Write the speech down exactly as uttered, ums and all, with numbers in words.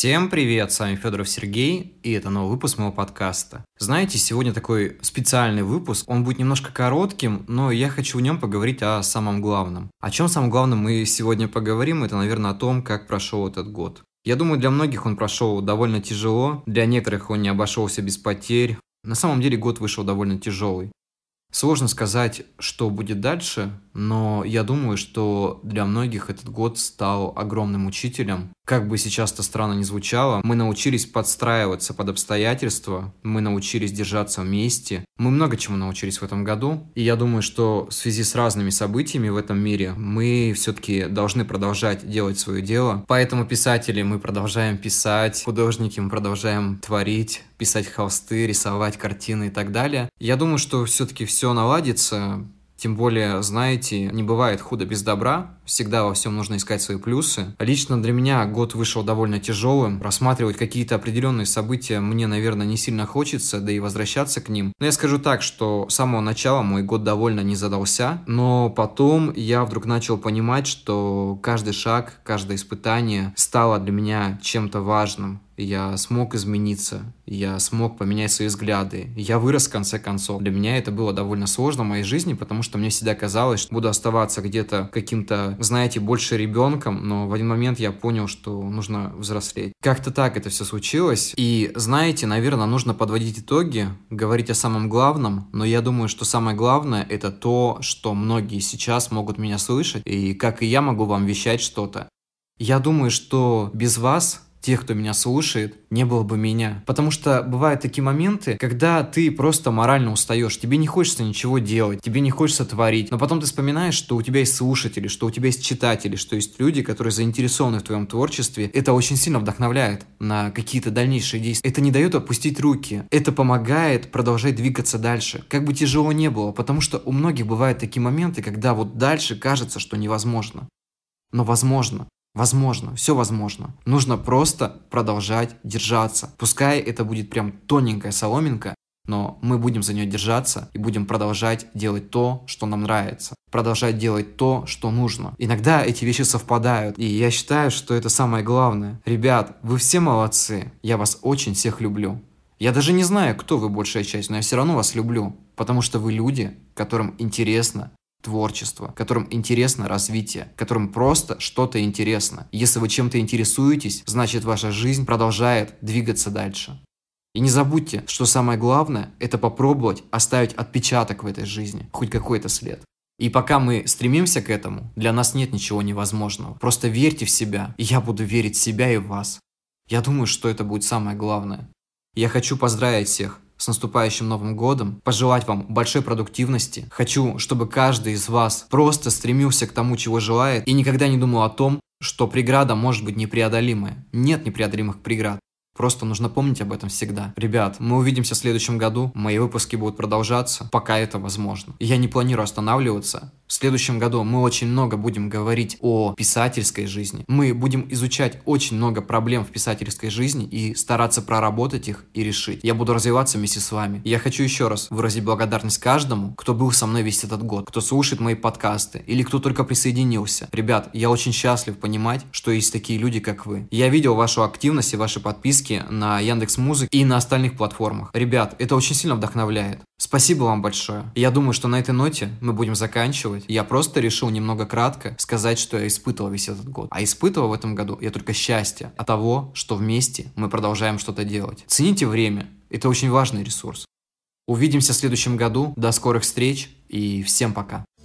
Всем привет, с вами Федоров Сергей, и это новый выпуск моего подкаста. Знаете, сегодня такой специальный выпуск, он будет немножко коротким, но я хочу в нем поговорить о самом главном. О чем самом главном мы сегодня поговорим, это, наверное, о том, как прошел этот год. Я думаю, для многих он прошел довольно тяжело, для некоторых он не обошелся без потерь. На самом деле год вышел довольно тяжелый. Сложно сказать, что будет дальше, но я думаю, что для многих этот год стал огромным учителем. Как бы сейчас это странно ни звучало, мы научились подстраиваться под обстоятельства, мы научились держаться вместе, мы много чему научились в этом году. И я думаю, что в связи с разными событиями в этом мире мы все-таки должны продолжать делать свое дело. Поэтому писатели мы продолжаем писать, художники мы продолжаем творить, писать холсты, рисовать картины и так далее. Я думаю, что все-таки все наладится. Тем более, знаете, не бывает худо без добра, всегда во всем нужно искать свои плюсы. Лично для меня год вышел довольно тяжелым, рассматривать какие-то определенные события мне, наверное, не сильно хочется, да и возвращаться к ним. Но я скажу так, что с самого начала мой год довольно не задался, но потом я вдруг начал понимать, что каждый шаг, каждое испытание стало для меня чем-то важным. Я смог измениться, я смог поменять свои взгляды, я вырос в конце концов. Для меня это было довольно сложно в моей жизни, потому что мне всегда казалось, что буду оставаться где-то каким-то, знаете, больше ребенком, но в один момент я понял, что нужно взрослеть. Как-то так это все случилось, и знаете, наверное, нужно подводить итоги, говорить о самом главном, но я думаю, что самое главное это то, что многие сейчас могут меня слышать, и как и я могу вам вещать что-то. Я думаю, что без вас, тех, кто меня слушает, не было бы меня. Потому что бывают такие моменты, когда ты просто морально устаешь, тебе не хочется ничего делать, тебе не хочется творить, но потом ты вспоминаешь, что у тебя есть слушатели, что у тебя есть читатели, что есть люди, которые заинтересованы в твоем творчестве. Это очень сильно вдохновляет на какие-то дальнейшие действия. Это не дает опустить руки, это помогает продолжать двигаться дальше. Как бы тяжело не было, потому что у многих бывают такие моменты, когда вот дальше кажется, что невозможно. Но возможно. Возможно, все возможно. Нужно просто продолжать держаться. Пускай это будет прям тоненькая соломинка, но мы будем за нее держаться и будем продолжать делать то, что нам нравится. Продолжать делать то, что нужно. Иногда эти вещи совпадают, и я считаю, что это самое главное. Ребят, вы все молодцы. Я вас очень всех люблю. Я даже не знаю, кто вы большая часть, но я все равно вас люблю, потому что вы люди, которым интересно творчество, которым интересно развитие, которым просто что-то интересно. Если вы чем-то интересуетесь, значит ваша жизнь продолжает двигаться дальше. И не забудьте, что самое главное – это попробовать оставить отпечаток в этой жизни, хоть какой-то след. И пока мы стремимся к этому, для нас нет ничего невозможного. Просто верьте в себя, и я буду верить в себя и в вас. Я думаю, что это будет самое главное. Я хочу поздравить всех с наступающим Новым годом, пожелать вам большой продуктивности. Хочу, чтобы каждый из вас просто стремился к тому, чего желает, и никогда не думал о том, что преграда может быть непреодолимая. Нет непреодолимых преград. Просто нужно помнить об этом всегда. Ребят, мы увидимся в следующем году, мои выпуски будут продолжаться, пока это возможно. Я не планирую останавливаться. В следующем году мы очень много будем говорить о писательской жизни. Мы будем изучать очень много проблем в писательской жизни и стараться проработать их и решить. Я буду развиваться вместе с вами. Я хочу еще раз выразить благодарность каждому, кто был со мной весь этот год, кто слушает мои подкасты или кто только присоединился. Ребят, я очень счастлив понимать, что есть такие люди, как вы. Я видел вашу активность и ваши подписки на Яндекс.Музыке и на остальных платформах. Ребят, это очень сильно вдохновляет. Спасибо вам большое. Я думаю, что на этой ноте мы будем заканчивать. Я просто решил немного кратко сказать, что я испытывал весь этот год. А испытывал в этом году я только счастье от того, что вместе мы продолжаем что-то делать. Цените время. Это очень важный ресурс. Увидимся в следующем году. До скорых встреч и всем пока.